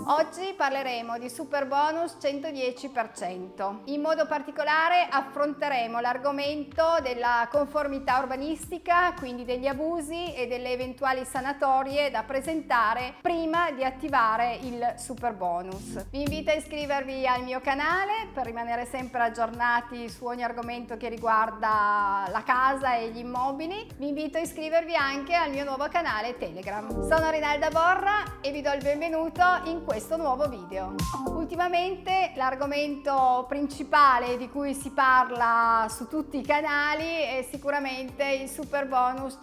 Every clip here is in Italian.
Oggi parleremo di Superbonus 110%. In modo particolare affronteremo l'argomento della conformità urbanistica, quindi degli abusi e delle eventuali sanatorie da presentare prima di attivare il Superbonus. Vi invito a iscrivervi al mio canale per rimanere sempre aggiornati su ogni argomento che riguarda la casa e gli immobili. Vi invito a iscrivervi anche al mio nuovo canale Telegram. Sono Rinalda Borra e vi do il benvenuto in questo nuovo video. Ultimamente l'argomento principale di cui si parla su tutti i canali è sicuramente il Superbonus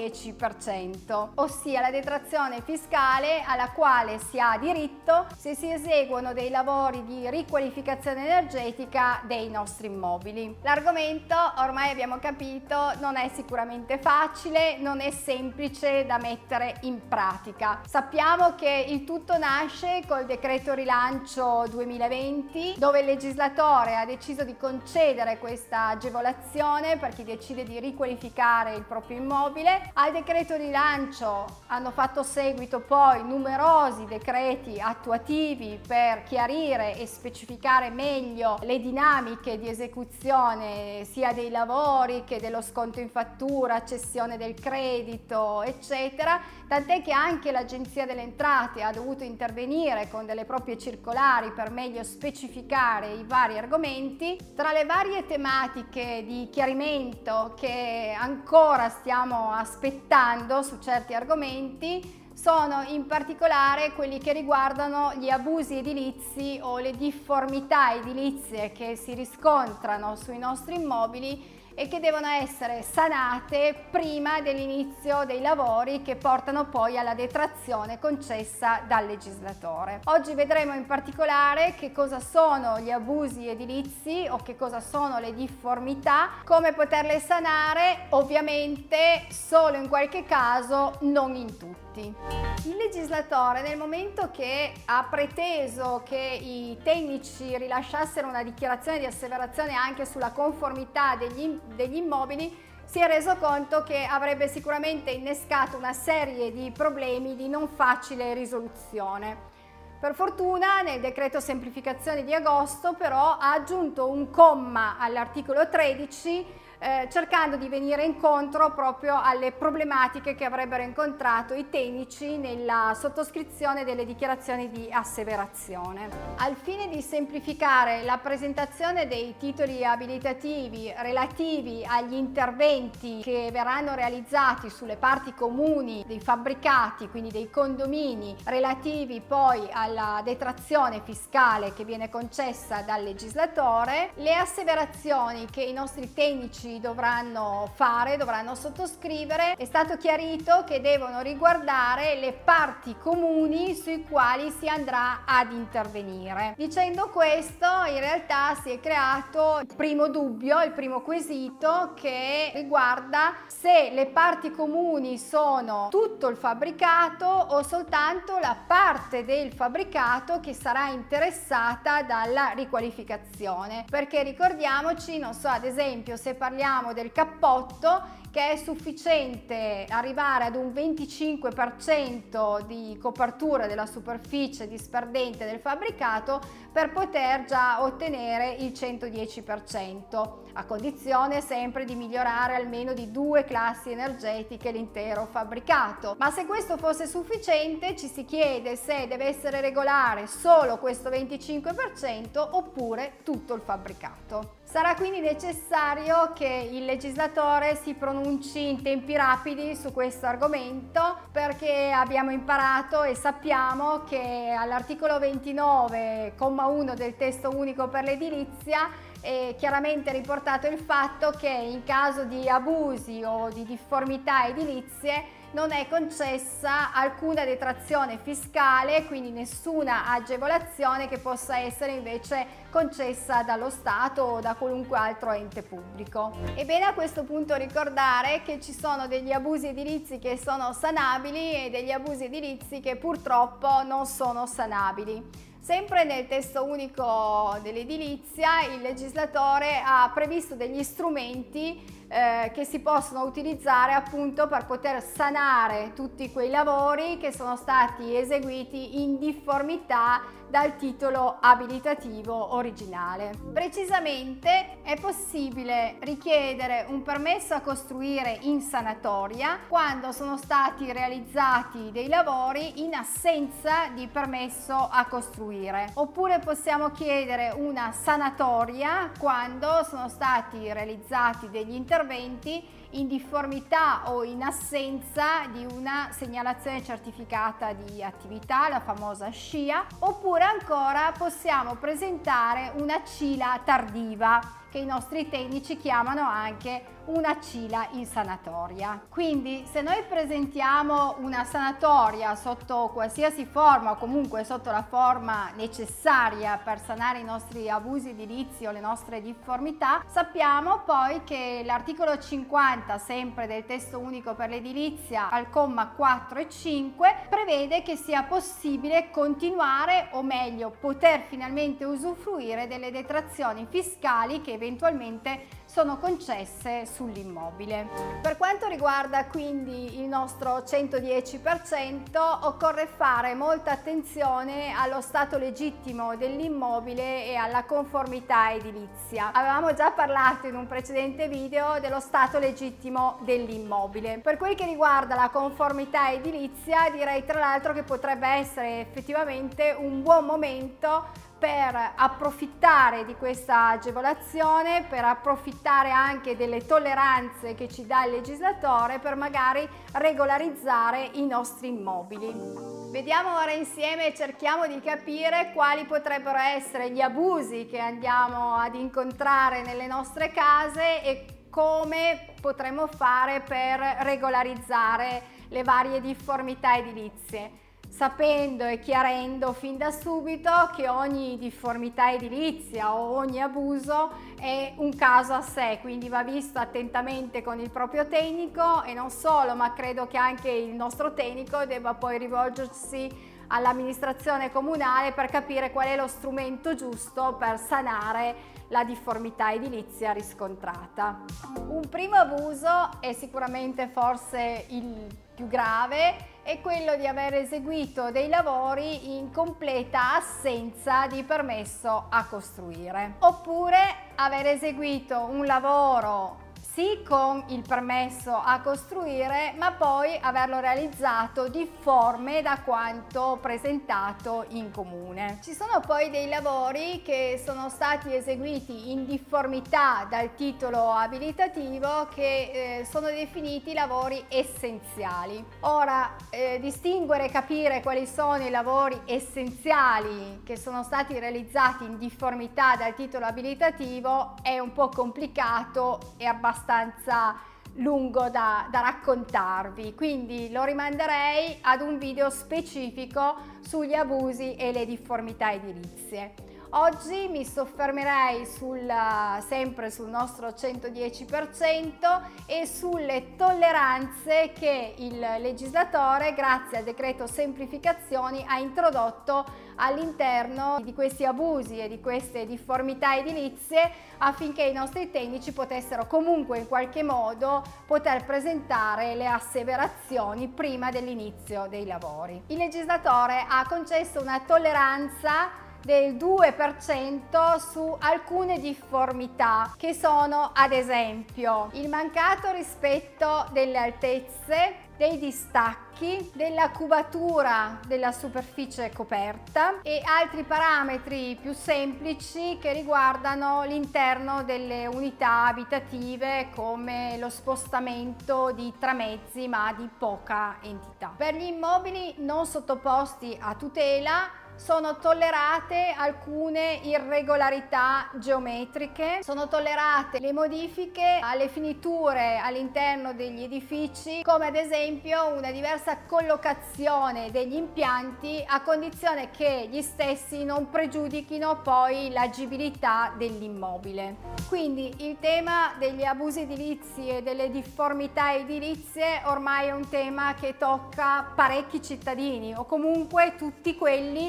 110%, ossia la detrazione fiscale alla quale si ha diritto se si eseguono dei lavori di riqualificazione energetica dei nostri immobili. L'argomento, ormai abbiamo capito, non è sicuramente facile, non è semplice da mettere in pratica. Sappiamo che il tutto nasce col decreto rilancio 2020, dove il legislatore ha deciso di concedere questa agevolazione per chi decide di riqualificare il proprio immobile. Al decreto rilancio hanno fatto seguito poi numerosi decreti attuativi per chiarire e specificare meglio le dinamiche di esecuzione sia dei lavori che dello sconto in fattura, cessione del credito, eccetera, tant'è che anche l'Agenzia delle Entrate ha dovuto intervenire con delle proprie circolari per meglio specificare i vari argomenti. Tra le varie tematiche di chiarimento che ancora stiamo aspettando su certi argomenti sono in particolare quelli che riguardano gli abusi edilizi o le difformità edilizie che si riscontrano sui nostri immobili e che devono essere sanate prima dell'inizio dei lavori che portano poi alla detrazione concessa dal legislatore. Oggi vedremo in particolare che cosa sono gli abusi edilizi o che cosa sono le difformità, come poterle sanare, ovviamente solo in qualche caso, non in tutti. Il legislatore, nel momento che ha preteso che i tecnici rilasciassero una dichiarazione di asseverazione anche sulla conformità degli immobili, si è reso conto che avrebbe sicuramente innescato una serie di problemi di non facile risoluzione. Per fortuna nel decreto semplificazione di agosto però ha aggiunto un comma all'articolo 13 cercando di venire incontro proprio alle problematiche che avrebbero incontrato i tecnici nella sottoscrizione delle dichiarazioni di asseverazione. Al fine di semplificare la presentazione dei titoli abilitativi relativi agli interventi che verranno realizzati sulle parti comuni dei fabbricati, quindi dei condomini, relativi poi alla detrazione fiscale che viene concessa dal legislatore, le asseverazioni che i nostri tecnici dovranno sottoscrivere, è stato chiarito che devono riguardare le parti comuni sui quali si andrà ad intervenire. Dicendo questo, in realtà si è creato il primo dubbio, il primo quesito che riguarda se le parti comuni sono tutto il fabbricato o soltanto la parte del fabbricato che sarà interessata dalla riqualificazione, perché ricordiamoci, non so, ad esempio se parliamo del cappotto, che è sufficiente arrivare ad un 25% di copertura della superficie disperdente del fabbricato per poter già ottenere il 110%, a condizione sempre di migliorare almeno di 2 classi energetiche l'intero fabbricato. Ma se questo fosse sufficiente, ci si chiede se deve essere regolare solo questo 25% oppure tutto il fabbricato. Sarà quindi necessario che il legislatore si pronunci in tempi rapidi su questo argomento, perché abbiamo imparato e sappiamo che all'articolo 29,1 del testo unico per l'edilizia è chiaramente riportato il fatto che in caso di abusi o di difformità edilizie non è concessa alcuna detrazione fiscale, quindi nessuna agevolazione che possa essere invece concessa dallo Stato o da qualunque altro ente pubblico. È bene a questo punto ricordare che ci sono degli abusi edilizi che sono sanabili e degli abusi edilizi che purtroppo non sono sanabili. Sempre nel testo unico dell'edilizia il legislatore ha previsto degli strumenti che si possono utilizzare appunto per poter sanare tutti quei lavori che sono stati eseguiti in difformità dal titolo abilitativo originale. Precisamente è possibile richiedere un permesso a costruire in sanatoria quando sono stati realizzati dei lavori in assenza di permesso a costruire, oppure possiamo chiedere una sanatoria quando sono stati realizzati degli interventi in difformità o in assenza di una segnalazione certificata di attività, la famosa SCIA, oppure ancora possiamo presentare una CILA tardiva, che i nostri tecnici chiamano anche una CILA in sanatoria. Quindi se noi presentiamo una sanatoria sotto qualsiasi forma o comunque sotto la forma necessaria per sanare i nostri abusi edilizi o le nostre difformità, sappiamo poi che l'articolo 50 sempre del testo unico per l'edilizia al comma 4 e 5 prevede che sia possibile continuare, o meglio poter finalmente usufruire delle detrazioni fiscali che eventualmente sono concesse sull'immobile. Per quanto riguarda quindi il nostro 110%, occorre fare molta attenzione allo stato legittimo dell'immobile e alla conformità edilizia. Avevamo già parlato in un precedente video dello stato legittimo dell'immobile. Per quel che riguarda la conformità edilizia, direi tra l'altro che potrebbe essere effettivamente un buon momento per approfittare di questa agevolazione, per approfittare anche delle tolleranze che ci dà il legislatore per magari regolarizzare i nostri immobili. Vediamo ora insieme e cerchiamo di capire quali potrebbero essere gli abusi che andiamo ad incontrare nelle nostre case e come potremmo fare per regolarizzare le varie difformità edilizie, sapendo e chiarendo fin da subito che ogni difformità edilizia o ogni abuso è un caso a sé, quindi va visto attentamente con il proprio tecnico, e non solo, ma credo che anche il nostro tecnico debba poi rivolgersi all'amministrazione comunale per capire qual è lo strumento giusto per sanare la difformità edilizia riscontrata. Un primo abuso, e sicuramente forse il più grave, è quello di aver eseguito dei lavori in completa assenza di permesso a costruire, oppure aver eseguito un lavoro sì con il permesso a costruire, ma poi averlo realizzato difforme da quanto presentato in comune. Ci sono poi dei lavori che sono stati eseguiti in difformità dal titolo abilitativo che sono definiti lavori essenziali. Ora, distinguere e capire quali sono i lavori essenziali che sono stati realizzati in difformità dal titolo abilitativo è un po' complicato e abbastanza lungo da raccontarvi, quindi lo rimanderei ad un video specifico sugli abusi e le difformità edilizie. Oggi mi soffermerei sempre sul nostro 110% e sulle tolleranze che il legislatore, grazie al decreto semplificazioni, ha introdotto all'interno di questi abusi e di queste difformità edilizie, affinché i nostri tecnici potessero comunque in qualche modo poter presentare le asseverazioni prima dell'inizio dei lavori. Il legislatore ha concesso una tolleranza del 2% su alcune difformità, che sono ad esempio il mancato rispetto delle altezze, dei distacchi, della cubatura della superficie coperta e altri parametri più semplici che riguardano l'interno delle unità abitative, come lo spostamento di tramezzi ma di poca entità. Per gli immobili non sottoposti a tutela sono tollerate alcune irregolarità geometriche, sono tollerate le modifiche alle finiture all'interno degli edifici, come ad esempio una diversa collocazione degli impianti, a condizione che gli stessi non pregiudichino poi l'agibilità dell'immobile. Quindi il tema degli abusi edilizi e delle difformità edilizie ormai è un tema che tocca parecchi cittadini, o comunque tutti quelli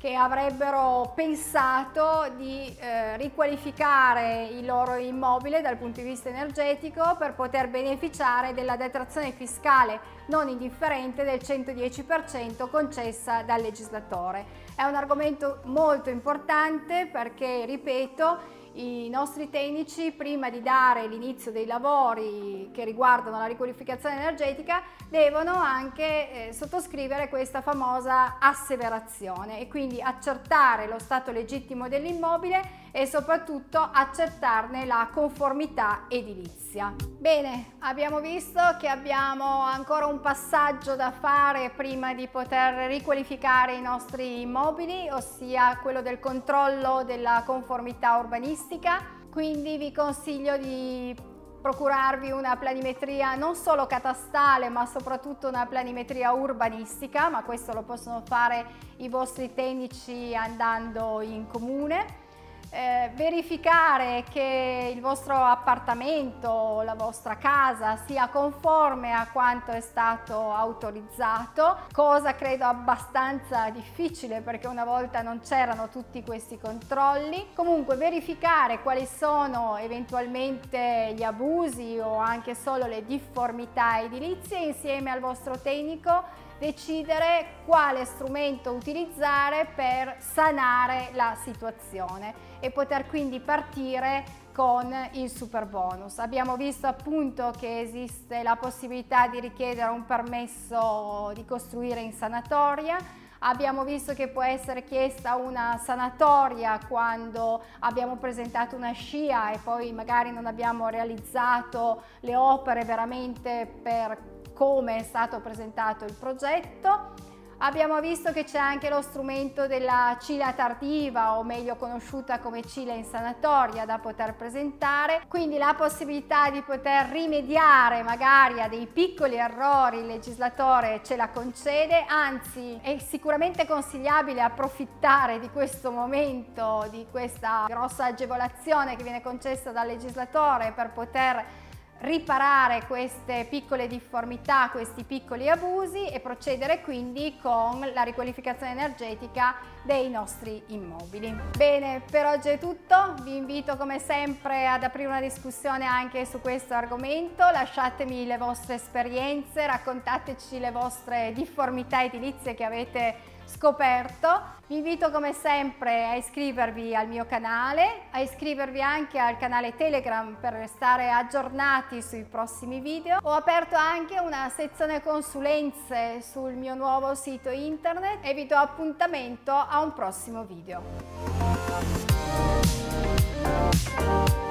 che avrebbero pensato di riqualificare il loro immobile dal punto di vista energetico per poter beneficiare della detrazione fiscale non indifferente del 110% concessa dal legislatore. È un argomento molto importante perché, ripeto, i nostri tecnici, prima di dare l'inizio dei lavori che riguardano la riqualificazione energetica, devono anche sottoscrivere questa famosa asseverazione e quindi accertare lo stato legittimo dell'immobile e soprattutto accertarne la conformità edilizia. Bene, abbiamo visto che abbiamo ancora un passaggio da fare prima di poter riqualificare i nostri immobili, ossia quello del controllo della conformità urbanistica, quindi vi consiglio di procurarvi una planimetria non solo catastale ma soprattutto una planimetria urbanistica, ma questo lo possono fare i vostri tecnici andando in comune. Verificare che il vostro appartamento, la vostra casa sia conforme a quanto è stato autorizzato, cosa credo abbastanza difficile perché una volta non c'erano tutti questi controlli. Comunque verificare quali sono eventualmente gli abusi o anche solo le difformità edilizie, insieme al vostro tecnico decidere quale strumento utilizzare per sanare la situazione e poter quindi partire con il superbonus. Abbiamo visto appunto che esiste la possibilità di richiedere un permesso di costruire in sanatoria. Abbiamo visto che può essere chiesta una sanatoria quando abbiamo presentato una SCIA e poi magari non abbiamo realizzato le opere veramente per come è stato presentato il progetto. Abbiamo visto che c'è anche lo strumento della CILA tardiva, o meglio conosciuta come CILA in sanatoria, da poter presentare, quindi la possibilità di poter rimediare magari a dei piccoli errori. Il legislatore ce la concede, anzi è sicuramente consigliabile approfittare di questo momento, di questa grossa agevolazione che viene concessa dal legislatore per poter riparare queste piccole difformità, questi piccoli abusi e procedere quindi con la riqualificazione energetica dei nostri immobili. Bene, per oggi è tutto, vi invito come sempre ad aprire una discussione anche su questo argomento, lasciatemi le vostre esperienze, raccontateci le vostre difformità edilizie che avete scoperto. Vi invito come sempre a iscrivervi al mio canale, a iscrivervi anche al canale Telegram per restare aggiornati sui prossimi video. Ho aperto anche una sezione consulenze sul mio nuovo sito internet e vi do appuntamento a un prossimo video.